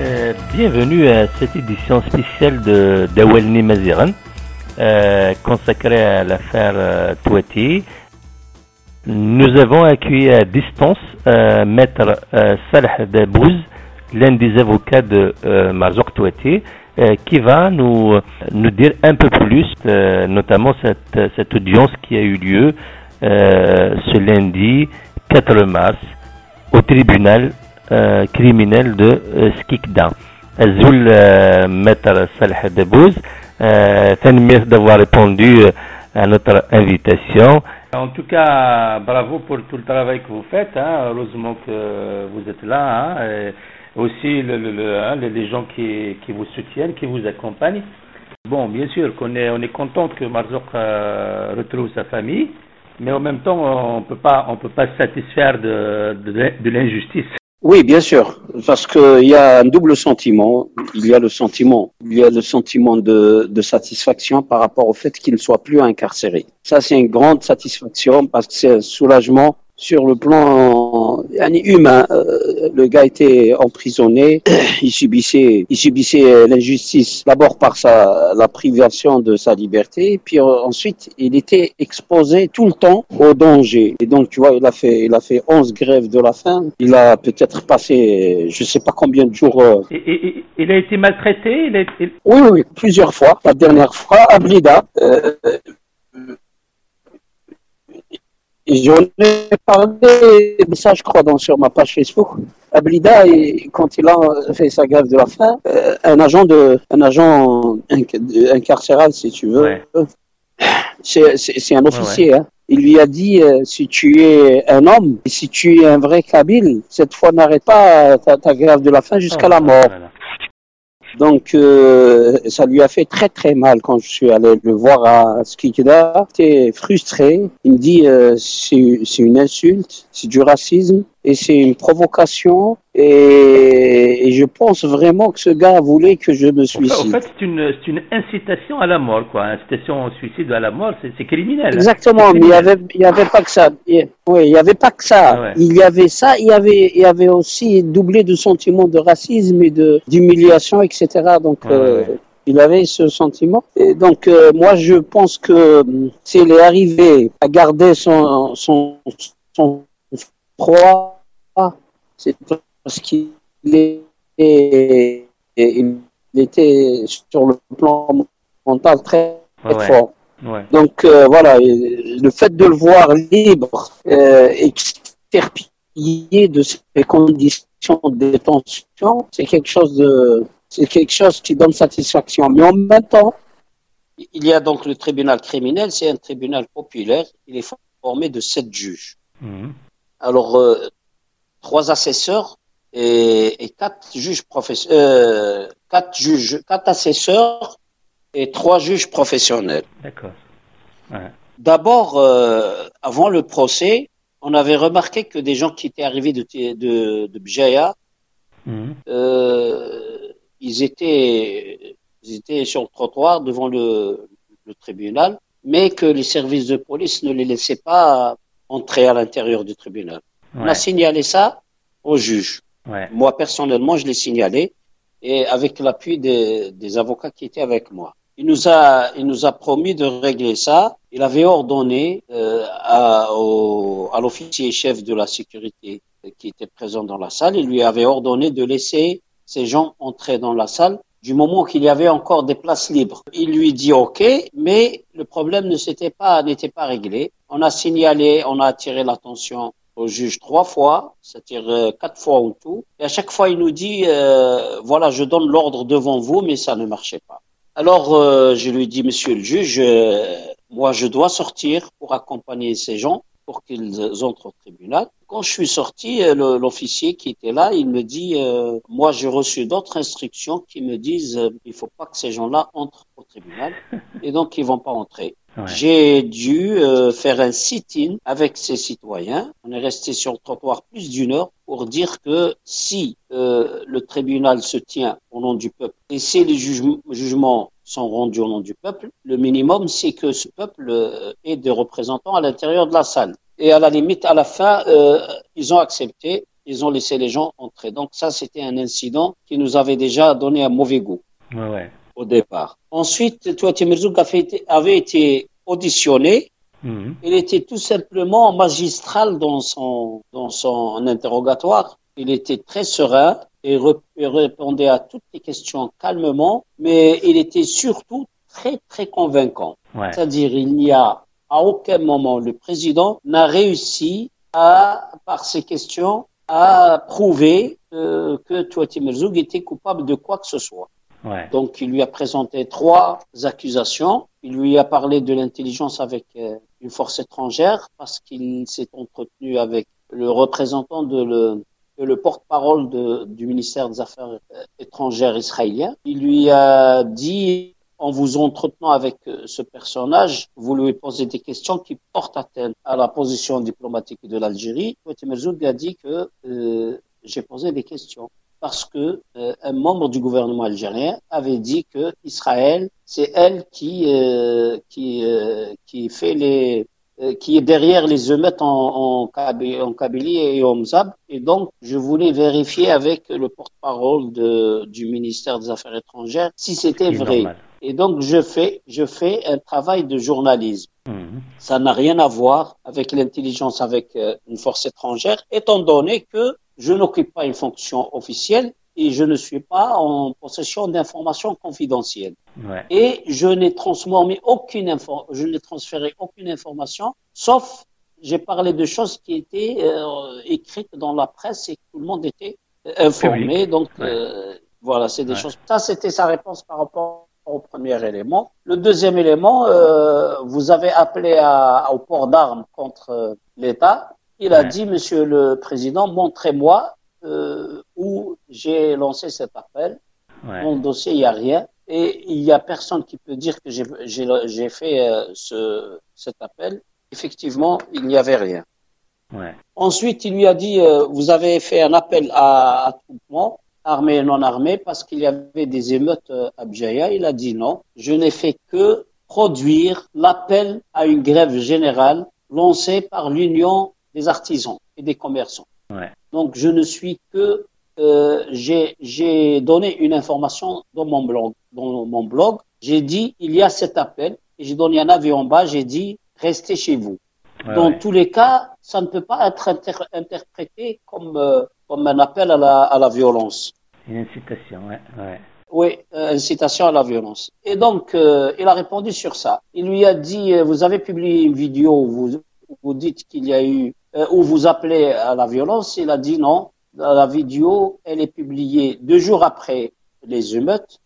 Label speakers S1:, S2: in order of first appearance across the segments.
S1: Bienvenue à cette édition spéciale de Dawalni Maziran, consacrée à l'affaire Touati. Nous avons accueilli à distance Maître Salah Dabouz, l'un des avocats de Marzouk Touati, qui va nous dire un peu plus, notamment cette audience qui a eu lieu ce lundi 4 mars au tribunal criminel de Skikda. Azoul Maître Salah Dabouz, merci d'avoir répondu à notre invitation. En tout cas, bravo pour tout le travail que vous faites. Heureusement que vous êtes là. Et aussi les gens qui vous soutiennent, qui vous accompagnent. Bon, bien sûr qu'on est content que Marzouk retrouve sa famille, mais en même temps, on peut pas se satisfaire de l'injustice.
S2: Oui, bien sûr, parce qu'il y a un double sentiment. Il y a le sentiment de satisfaction par rapport au fait qu'il ne soit plus incarcéré. Ça, c'est une grande satisfaction parce que c'est un soulagement sur le plan humain. Le gars était emprisonné, il subissait l'injustice d'abord par la privation de sa liberté, puis ensuite il était exposé tout le temps au danger. Et donc tu vois, il a fait 11 grèves de la faim. Il a peut-être passé je sais pas combien de jours.
S1: Et il a été maltraité.
S2: Oui, plusieurs fois. La dernière fois à Blida. J'en ai parlé de ça, je crois, sur ma page Facebook. À Blida, quand il a fait sa grève de la faim, un agent incarcéral, si tu veux,
S1: ouais.
S2: C'est un officier. Ouais. Hein. Il lui a dit, si tu es un homme, et si tu es un vrai Kabyle, cette fois n'arrête pas ta grève de la faim jusqu'à la mort. Voilà. Donc, ça lui a fait très très mal quand je suis allé le voir à Skikda. J'étais frustré. Il me dit, c'est une insulte, c'est du racisme et c'est une provocation. Et je pense vraiment que ce gars voulait que je me suicide.
S1: En fait, c'est une incitation à la mort, quoi. Incitation au suicide ou à la mort, c'est criminel.
S2: Exactement, mais il y avait pas que ça. Oui, il y avait pas que ça. Ah ouais. Il y avait ça, il y avait aussi doublé de sentiments de racisme et d'humiliation, etc. Donc, il avait ce sentiment. Et donc, moi, je pense que s'il est arrivé à garder son froid, c'est parce qu'il était sur le plan mental très fort. Ouais. Donc voilà, le fait de le voir libre, extirpé de ses conditions de détention, c'est quelque chose qui donne satisfaction. Mais en même temps, il y a donc le tribunal criminel, c'est un tribunal populaire, il est formé de 7 juges. Mmh. Alors, 3 assesseurs et 4 assesseurs et 3 juges professionnels.
S1: D'accord. Ouais.
S2: D'abord, avant le procès, on avait remarqué que des gens qui étaient arrivés de Bjaya, ils étaient sur le trottoir devant le tribunal, mais que les services de police ne les laissaient pas entrer à l'intérieur du tribunal. Ouais. On a signalé ça au juge. Ouais. Moi, personnellement, je l'ai signalé et avec l'appui des avocats qui étaient avec moi. Il nous a promis de régler ça. Il avait ordonné à l'officier chef de la sécurité qui était présent dans la salle, il lui avait ordonné de laisser ces gens entrer dans la salle du moment qu'il y avait encore des places libres. Il lui dit OK, mais le problème n'était pas réglé. On a signalé, on a attiré l'attention au juge 3 fois, c'est-à-dire 4 fois en tout. Et à chaque fois, il nous dit, voilà, je donne l'ordre devant vous, mais ça ne marchait pas. Alors, je lui dis, monsieur le juge, moi, je dois sortir pour accompagner ces gens pour qu'ils entrent au tribunal. Quand je suis sorti, l'officier qui était là, il me dit, moi, j'ai reçu d'autres instructions qui me disent, il faut pas que ces gens-là entrent au tribunal, et donc ils vont pas entrer. Ouais. J'ai dû faire un sit-in avec ces citoyens. On est resté sur le trottoir plus d'1 heure pour dire que si le tribunal se tient au nom du peuple et si les jugements sont rendus au nom du peuple, le minimum c'est que ce peuple ait des représentants à l'intérieur de la salle. Et à la limite, à la fin, ils ont accepté ils ont laissé les gens entrer. Donc ça, c'était un incident qui nous avait déjà donné un mauvais goût au départ. Ensuite, Touati Mirzouk avait été auditionné. Il était tout simplement magistral dans son interrogatoire. Il était très serein et répondait à toutes les questions calmement, mais il était surtout très, très convaincant. C'est-à-dire, il n'y a à aucun moment le président n'a réussi par ses questions, à prouver que Touati Mirzouk était coupable de quoi que ce soit. Donc, il lui a présenté 3 accusations. Il lui a parlé de l'intelligence avec une force étrangère parce qu'il s'est entretenu avec le représentant le porte-parole du ministère des Affaires étrangères israélien. Il lui a dit, en vous entretenant avec ce personnage, vous lui posez des questions qui portent atteinte à la position diplomatique de l'Algérie. Touati Mirzouk a dit que j'ai posé des questions parce que un membre du gouvernement algérien avait dit que Israël, c'est elle qui est derrière les émeutes en Kabylie et au Mzab. Et donc, je voulais vérifier avec le porte-parole du ministère des Affaires étrangères si c'était vrai. Normal. Et donc, je fais un travail de journalisme. Ça n'a rien à voir avec l'intelligence, avec une force étrangère, étant donné que je n'occupe pas une fonction officielle et je ne suis pas en possession d'informations confidentielles. Et je n'ai transféré aucune information, sauf j'ai parlé de choses qui étaient écrites dans la presse et que tout le monde était informé. Donc, voilà, c'est des choses. Ça, c'était sa réponse par rapport au premier élément. Le deuxième élément, vous avez appelé au port d'armes contre l'État. Il a dit, Monsieur le Président, montrez-moi où j'ai lancé cet appel. Dans le dossier, il n'y a rien. Et il n'y a personne qui peut dire que j'ai fait cet appel. Effectivement, il n'y avait rien. Ensuite, il lui a dit, vous avez fait un appel à attroupement, armé et non armé, parce qu'il y avait des émeutes à Bjaya. Il a dit non, je n'ai fait que produire l'appel à une grève générale lancée par l'Union des artisans et des commerçants. Donc, je ne suis que j'ai donné une information dans mon blog. J'ai dit, il y a cet appel et j'ai donné un avis en bas. J'ai dit, restez chez vous. Dans tous les cas, ça ne peut pas être interprété comme un appel à la violence.
S1: Une incitation,
S2: Oui, incitation à la violence. Et donc, il a répondu sur ça. Il lui a dit, vous avez publié une vidéo où vous dites qu'il y a eu, où vous appelez à la violence. Il a dit non. La vidéo, elle est publiée 2 jours après les émeutes.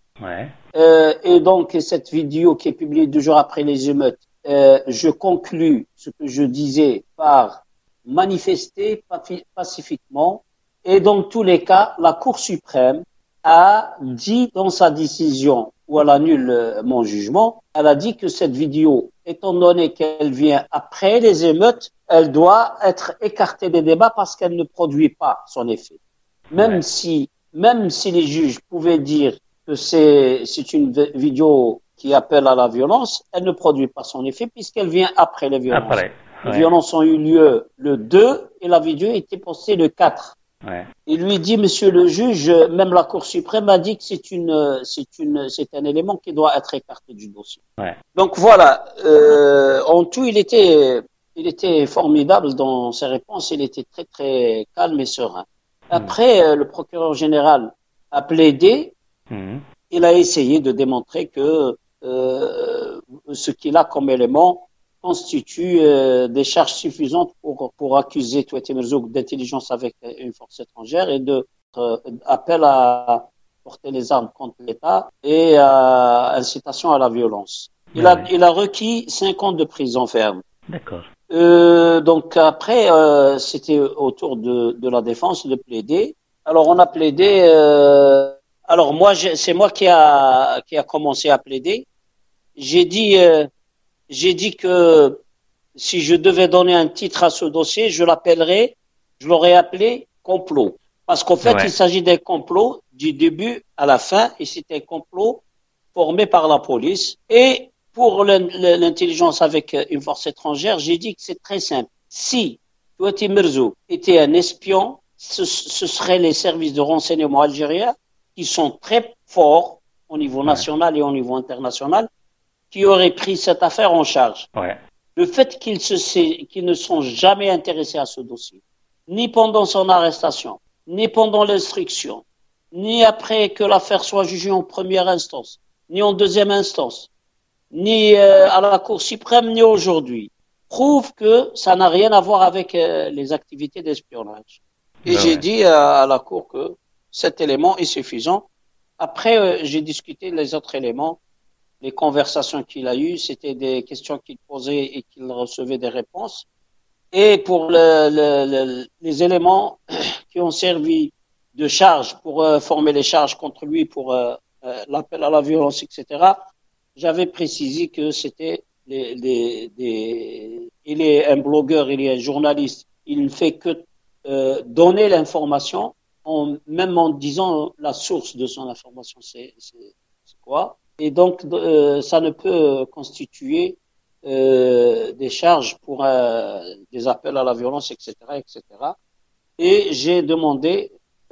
S2: Et donc, cette vidéo qui est publiée 2 jours après les émeutes, je conclus ce que je disais par manifester pacifiquement. Et dans tous les cas, la Cour suprême a dit dans sa décision où elle annule mon jugement, elle a dit que cette vidéo, étant donné qu'elle vient après les émeutes, elle doit être écartée des débats parce qu'elle ne produit pas son effet. Même si les juges pouvaient dire que c'est une vidéo qui appelle à la violence, elle ne produit pas son effet puisqu'elle vient après les violences. Les violences ont eu lieu le 2 et la vidéo était postée le 4. Il lui dit, monsieur le juge, même la Cour suprême a dit que c'est un élément qui doit être écarté du dossier. Donc voilà, en tout, il était formidable dans ses réponses, il était très très calme et serein. Après, le procureur général a plaidé, il a essayé de démontrer que ce qu'il a comme élément constitue des charges suffisantes pour accuser Touati Mirzouk d'intelligence avec une force étrangère et appel à porter les armes contre l'État et incitation à la violence. Il a requis 5 ans de prison ferme.
S1: D'accord.
S2: Donc après, c'était au tour de la défense de plaider. Alors on a plaidé. Alors moi, c'est moi qui a commencé à plaider. J'ai dit que si je devais donner un titre à ce dossier, je l'aurais appelé complot. Parce qu'en fait, il s'agit d'un complot du début à la fin, et c'est un complot formé par la police. Et pour l'intelligence avec une force étrangère, j'ai dit que c'est très simple. Si Touati Mirzouk était un espion, ce seraient les services de renseignement algériens qui sont très forts au niveau national et au niveau international, qui auraient pris cette affaire en charge. Le fait qu'ils ne sont jamais intéressés à ce dossier, ni pendant son arrestation, ni pendant l'instruction, ni après que l'affaire soit jugée en première instance, ni en deuxième instance, ni à la Cour suprême, ni aujourd'hui, prouve que ça n'a rien à voir avec les activités d'espionnage. Et j'ai dit à la Cour que cet élément est suffisant. Après, j'ai discuté les autres éléments, les conversations qu'il a eues, c'était des questions qu'il posait et qu'il recevait des réponses. Et pour les éléments qui ont servi de charge pour former les charges contre lui pour l'appel à la violence, etc., j'avais précisé que c'était il est un blogueur, il est un journaliste, il ne fait que donner l'information, même en disant la source de son information, c'est quoi. Et donc, ça ne peut constituer des charges pour des appels à la violence, etc., etc. Et j'ai demandé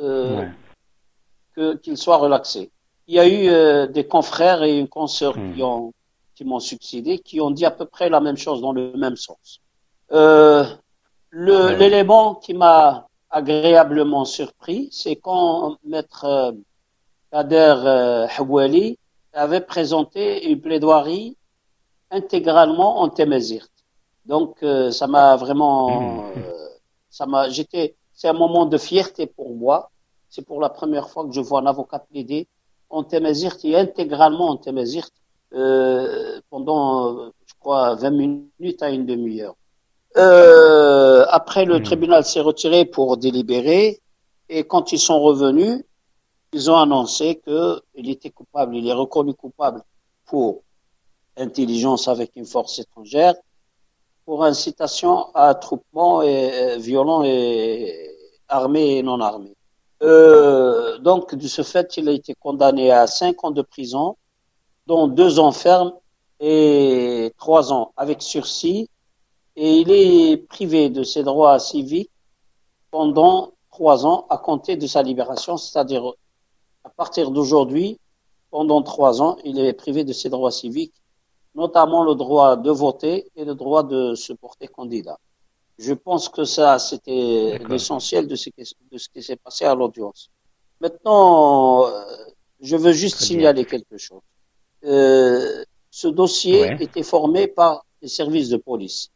S2: qu'il soit relaxé. Il y a eu des confrères et une consoeur qui m'ont succédé, qui ont dit à peu près la même chose dans le même sens. L'élément qui m'a agréablement surpris, c'est quand Maître Kader Houali avait présenté une plaidoirie intégralement en Tamazight. Donc ça m'a vraiment c'est un moment de fierté pour moi. C'est pour la première fois que je vois un avocat plaider en Tamazight et intégralement en Tamazight pendant je crois 20 minutes à une demi-heure. Après le tribunal s'est retiré pour délibérer et quand ils sont revenus, ils ont annoncé qu'il était coupable, il est reconnu coupable pour intelligence avec une force étrangère, pour incitation à attroupement violent et armé et non armé. Donc, de ce fait, il a été condamné à 5 ans de prison, dont 2 ans ferme et 3 ans avec sursis, et il est privé de ses droits civiques pendant 3 ans à compter de sa libération, c'est-à-dire à partir d'aujourd'hui, pendant 3 ans, il est privé de ses droits civiques, notamment le droit de voter et le droit de se porter candidat. Je pense que ça, c'était l'essentiel de ce qui s'est passé à l'audience. Maintenant, je veux juste signaler quelque chose. Ce dossier était formé par les services de police.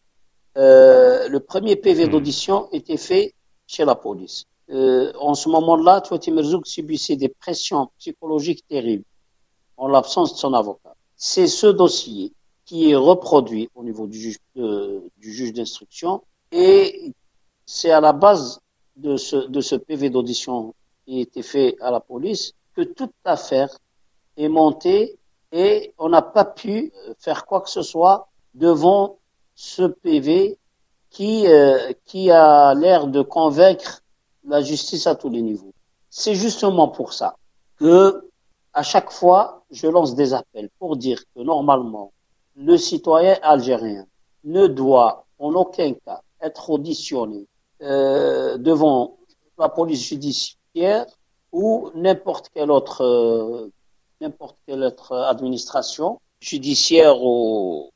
S2: Le premier PV d'audition était fait chez la police. En ce moment-là, Touati Merzouk subissait des pressions psychologiques terribles en l'absence de son avocat. C'est ce dossier qui est reproduit au niveau du juge d'instruction et c'est à la base de ce PV d'audition qui a été fait à la police que toute l'affaire est montée et on n'a pas pu faire quoi que ce soit devant ce PV qui a l'air de convaincre la justice à tous les niveaux. C'est justement pour ça que à chaque fois, je lance des appels pour dire que normalement, le citoyen algérien ne doit en aucun cas être auditionné devant la police judiciaire ou n'importe quelle autre administration judiciaire ou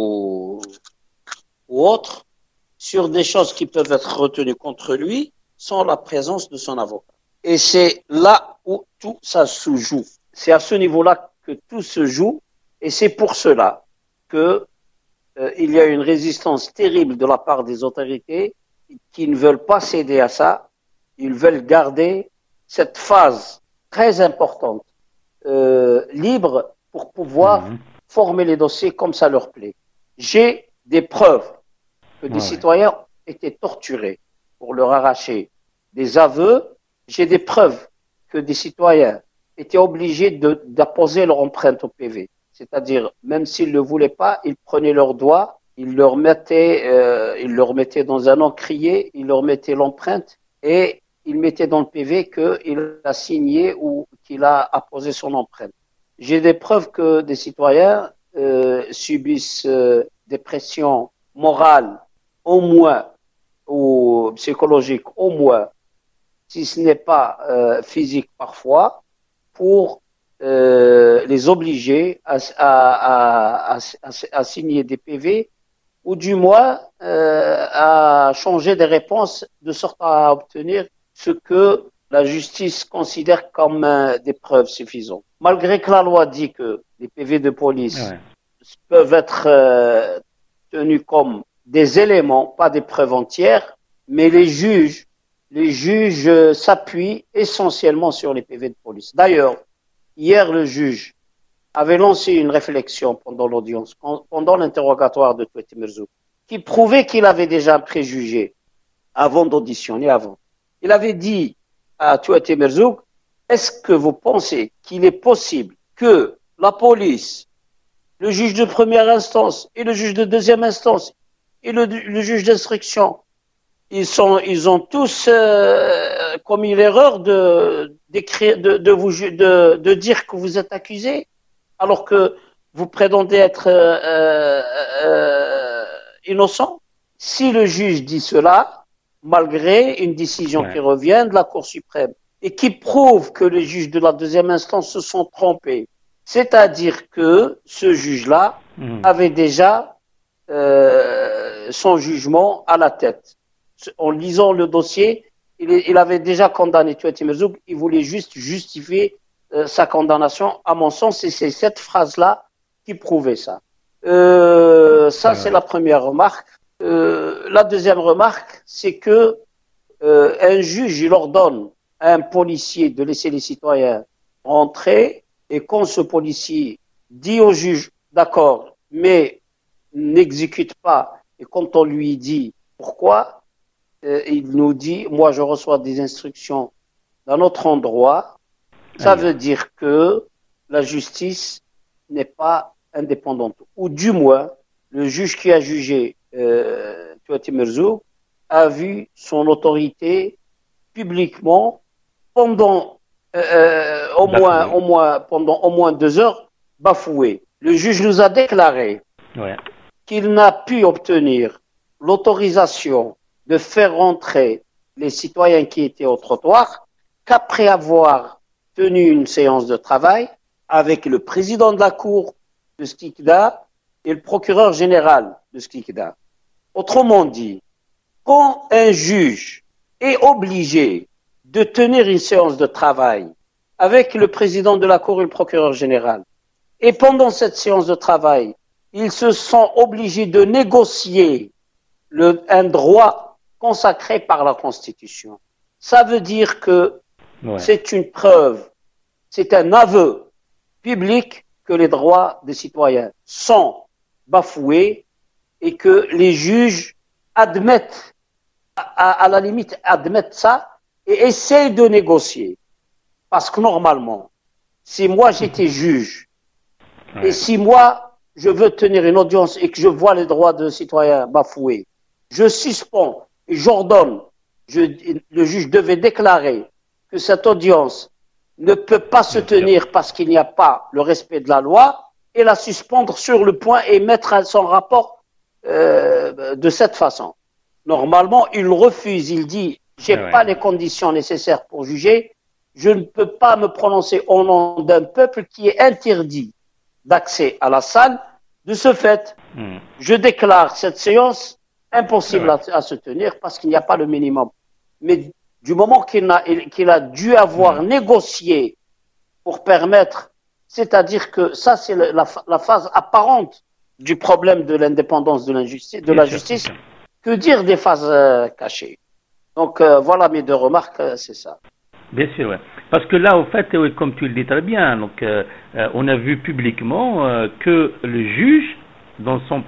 S2: autre sur des choses qui peuvent être retenues contre lui sans la présence de son avocat. Et c'est là où tout ça se joue. C'est à ce niveau-là que tout se joue et c'est pour cela que il y a une résistance terrible de la part des autorités qui ne veulent pas céder à ça. Ils veulent garder cette phase très importante libre pour pouvoir former les dossiers comme ça leur plaît. J'ai des preuves que des citoyens étaient torturés pour leur arracher des aveux. J'ai des preuves que des citoyens étaient obligés d'apposer leur empreinte au PV. C'est-à-dire, même s'ils ne le voulaient pas, ils prenaient leurs doigts, ils leur mettaient dans un encrier, ils leur mettaient l'empreinte et ils mettaient dans le PV qu'il a signé ou qu'il a apposé son empreinte. J'ai des preuves que des citoyens subissent des pressions morales au moins ou psychologiques au moins si ce n'est pas physique parfois, pour les obliger à signer des PV ou du moins à changer des réponses de sorte à obtenir ce que la justice considère comme des preuves suffisantes. Malgré que la loi dit que les PV de police peuvent être tenus comme des éléments, pas des preuves entières, mais les juges s'appuient essentiellement sur les PV de police. D'ailleurs, hier, le juge avait lancé une réflexion pendant l'audience, pendant l'interrogatoire de Touati Merzouk, qui prouvait qu'il avait déjà un préjugé avant d'auditionner, avant. Il avait dit à Touati Merzouk, est-ce que vous pensez qu'il est possible que la police, le juge de première instance et le juge de deuxième instance et le juge d'instruction, ils ont tous commis l'erreur de dire que vous êtes accusé, alors que vous prétendez être innocent. Si le juge dit cela, malgré une décision qui revient de la Cour suprême et qui prouve que les juges de la deuxième instance se sont trompés, c'est-à-dire que ce juge-là avait déjà son jugement à la tête. En lisant le dossier, il avait déjà condamné Touati Merzouk, il voulait juste justifier sa condamnation. À mon sens, c'est cette phrase-là qui prouvait ça. C'est la première remarque. La deuxième remarque, c'est que un juge, il ordonne à un policier de laisser les citoyens rentrer, et quand ce policier dit au juge, d'accord, mais n'exécute pas, et quand on lui dit pourquoi, il nous dit, moi je reçois des instructions d'un autre endroit, ça veut dire que la justice n'est pas indépendante. Ou du moins, le juge qui a jugé Touati Merzouk a vu son autorité publiquement pendant pendant au moins 2 heures bafouée. Le juge nous a déclaré qu'il n'a pu obtenir l'autorisation de faire rentrer les citoyens qui étaient au trottoir qu'après avoir tenu une séance de travail avec le président de la cour de Skikda et le procureur général de Skikda. Autrement dit, quand un juge est obligé de tenir une séance de travail avec le président de la cour et le procureur général, et pendant cette séance de travail, ils se sont obligés de négocier un droit consacré par la Constitution. Ça veut dire que c'est une preuve, c'est un aveu public que les droits des citoyens sont bafoués et que les juges admettent, à la limite, admettent ça et essayent de négocier. Parce que normalement, si moi j'étais juge et si moi je veux tenir une audience et que je vois les droits des citoyens bafoués, je suspends et j'ordonne, le juge devait déclarer que cette audience ne peut pas se tenir parce qu'il n'y a pas le respect de la loi et la suspendre sur le point et mettre son rapport de cette façon. Normalement, il refuse, il dit j'ai pas les conditions nécessaires pour juger, je ne peux pas me prononcer au nom d'un peuple qui est interdit d'accès à la salle. De ce fait, je déclare cette séance impossible à se tenir parce qu'il n'y a pas le minimum. Mais du moment qu'il a dû avoir négocié pour permettre, c'est-à-dire que ça c'est la phase apparente du problème de l'indépendance de la justice, que dire des phases cachées. Donc voilà mes 2 remarques, c'est ça.
S1: Bien sûr, ouais. Parce que là, au fait, comme tu le dis très bien, donc on a vu publiquement que le juge, dans son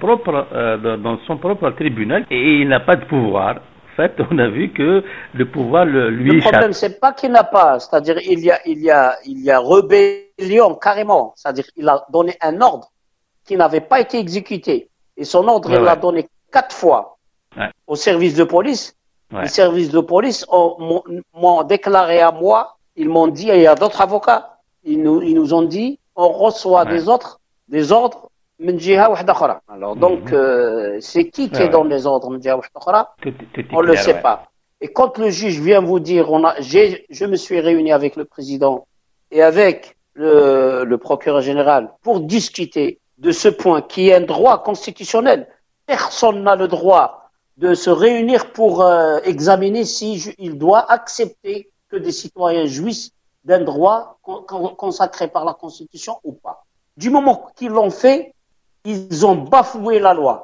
S1: propre tribunal, et il n'a pas de pouvoir. En fait, on a vu que le pouvoir lui échappe.
S2: Le problème, c'est pas qu'il n'a pas, c'est-à-dire il y a rébellion carrément, c'est-à-dire il a donné un ordre qui n'avait pas été exécuté, et son ordre il l'a donné 4 fois au service de police. Les services de police m'ont déclaré à moi, ils m'ont dit, et il y a d'autres avocats, ils nous ont dit, on reçoit des ordres alors donc c'est qui est dans les ordres on ne le sait pas. Et quand le juge vient vous dire, je me suis réuni avec le président et avec le procureur général pour discuter de ce point qui est un droit constitutionnel. Personne n'a le droit de se réunir pour examiner il doit accepter que des citoyens jouissent d'un droit consacré par la Constitution ou pas. Du moment qu'ils l'ont fait, ils ont bafoué la loi.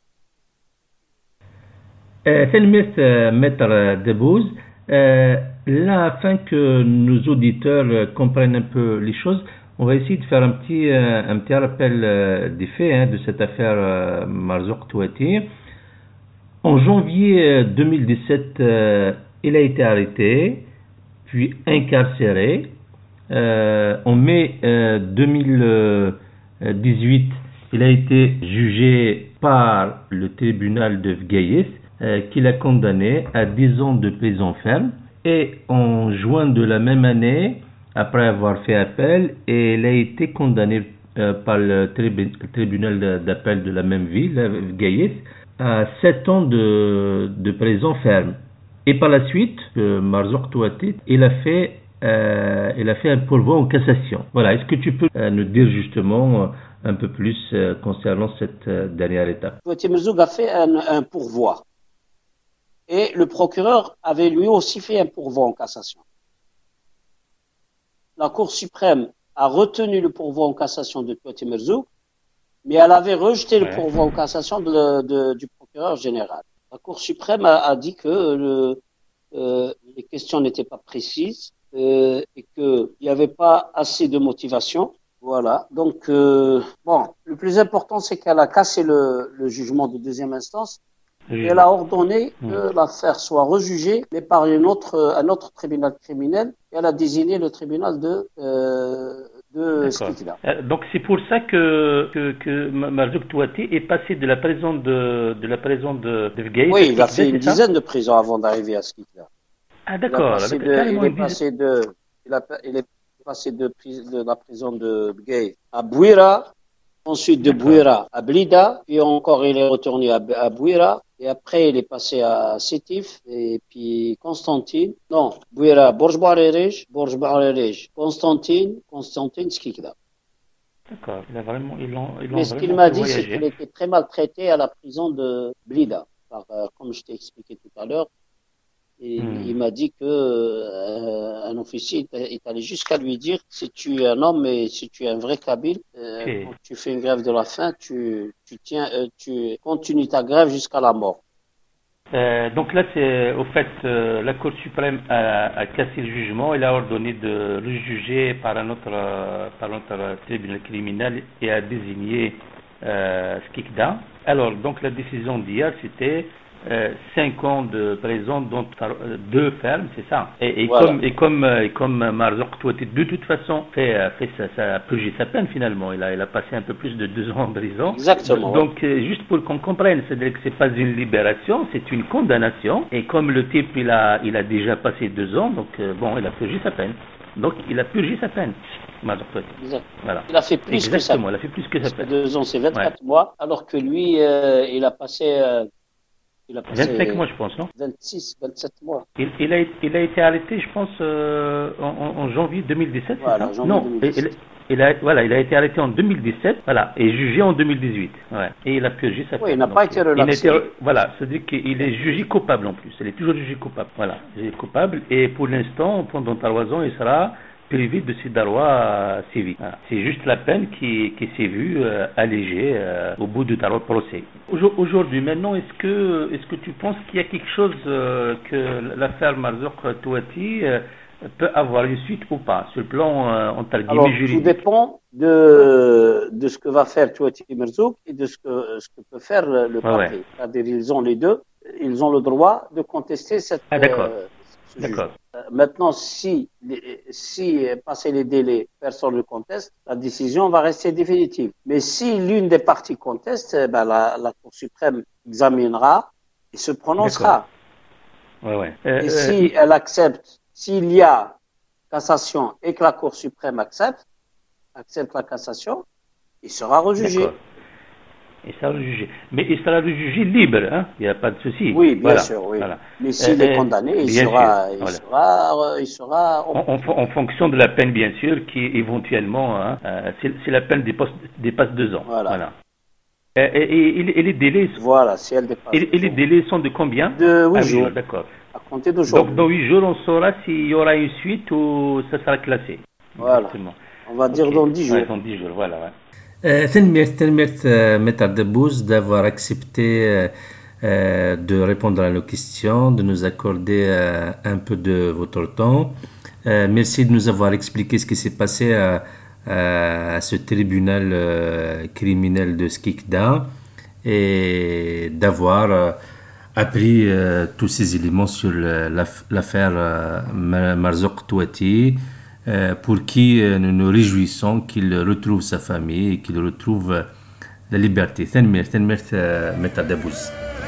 S1: Maître Debbouze, là, afin que nos auditeurs comprennent un peu les choses, on va essayer de faire un petit rappel des faits de cette affaire Marzouk Touati. En janvier 2017, il a été arrêté, puis incarcéré. En mai 2018, il a été jugé par le tribunal de Vgaïs, qui l'a condamné à 10 ans de prison ferme. Et en juin de la même année, après avoir fait appel, il a été condamné par le tribunal d'appel de la même ville, Vgaïs, à 7 ans de prison ferme. Et par la suite, Marzouk Touati, il a fait un pourvoi en cassation. Voilà, est-ce que tu peux nous dire justement un peu plus concernant cette dernière étape?
S2: Touati Marzouk a fait un pourvoi. Et le procureur avait lui aussi fait un pourvoi en cassation. La Cour suprême a retenu le pourvoi en cassation de Touati Marzouk, mais elle avait rejeté le pourvoi en cassation du procureur général. La Cour suprême a dit que les questions n'étaient pas précises et qu'il n'y avait pas assez de motivation. Voilà. Donc, le plus important, c'est qu'elle a cassé le jugement de deuxième instance. Et elle a ordonné que l'affaire soit rejugée, mais par un autre tribunal criminel. Et elle a désigné le tribunal de Skikda.
S1: Donc c'est pour ça que Marzouk Touati est passé de la prison de Vgaïs.
S2: Oui, il a fait une dizaine de prisons avant d'arriver à Skikda.
S1: Ah d'accord.
S2: Il est passé de la prison de Vgaïs à Bouira. Ensuite de Bouira à Blida, puis encore il est retourné à Bouira, et après il est passé à Sétif, et puis Bouira, Borj-Barerej, Constantine, Skikda.
S1: D'accord,
S2: Mais ce qu'il m'a dit, c'est qu'il était très maltraité à la prison de Blida, comme je t'ai expliqué tout à l'heure. Et il m'a dit que un officier est allé jusqu'à lui dire, si tu es un homme et si tu es un vrai Kabyle, quand tu fais une grève de la faim, tu continues ta grève jusqu'à la mort.
S1: Donc là, c'est au fait la Cour suprême a cassé le jugement. Elle a ordonné de le juger par un autre tribunal criminel et a désigné Skikda. Alors, donc la décision d'hier, c'était 5 ans de prison, dont 2 fermes, c'est ça. Et voilà. comme Marzouk Touati, de toute façon, ça a purgé sa peine finalement. Il a passé un peu plus de 2 ans en prison.
S2: Exactement.
S1: Donc, juste pour qu'on comprenne, c'est-à-dire que c'est pas une libération, c'est une condamnation. Et comme le type, il a déjà passé 2 ans, donc il a purgé sa peine. Donc, il a purgé sa peine.
S2: Exact.
S1: Voilà.
S2: Il a fait plus que ça.
S1: Il a fait plus que sa peine.
S2: 2 ans, c'est 24 mois, alors que lui, il a passé
S1: 25 mois, je pense, non?
S2: 26, 27 mois.
S1: Il a été arrêté, je pense, en janvier 2017.
S2: Voilà,
S1: c'est ça?
S2: janvier 2017.
S1: Il a été arrêté en 2017, voilà, et jugé en 2018. Ouais. Et il a purgé sa peine.
S2: Oui, il n'a pas été relaxé.
S1: C'est-à-dire qu'il est jugé coupable en plus. Il est toujours jugé coupable. Voilà, il est coupable. Et pour l'instant, pendant 3 ans, il sera privé de ses droits civiques. Voilà. C'est juste la peine qui s'est vue allégée au bout de ta procès. Aujourd'hui, maintenant, est-ce que tu penses qu'il y a quelque chose que l'affaire Marzouk Touati peut avoir une suite ou pas, sur le plan entre guillemets juridique?
S2: Tout dépend de ce que va faire Touati Marzouk et de ce que peut faire le parquet. C'est-à-dire, ils ont les deux, ils ont le droit de contester cette.
S1: D'accord.
S2: Maintenant, si passer les délais, personne ne conteste, la décision va rester définitive. Mais si l'une des parties conteste, la Cour suprême examinera et se prononcera. Et si elle accepte, s'il y a cassation et que la Cour suprême accepte la cassation, il sera rejugé.
S1: Il sera jugé. Mais il sera jugé libre, hein? Il n'y a pas de souci.
S2: Oui, bien sûr, oui.
S1: Voilà.
S2: Mais s'il est condamné, il sera
S1: en fonction de la peine, bien sûr, qui éventuellement, hein, si la peine dépasse 2 ans. Voilà. Et les délais,
S2: voilà, si elle dépasse.
S1: Et les délais sont de combien?
S2: De 8
S1: jours.
S2: D'accord. À compter d'aujourd'hui.
S1: Donc, dans 8 jours, on saura s'il y aura une suite ou ça sera classé.
S2: Voilà. Exactement. On va dire dans 10 jours.
S1: Ouais, dans 10 jours, voilà. Ouais.
S3: Merci, Maître Debbouze, d'avoir accepté de répondre à nos questions, de nous accorder un peu de votre temps. Merci de nous avoir expliqué ce qui s'est passé à ce tribunal criminel de Skikda et d'avoir appris tous ces éléments sur l'affaire Marzouk Touati, pour qui nous nous réjouissons qu'il retrouve sa famille et qu'il retrouve la liberté. Merci, Maître Debbouze.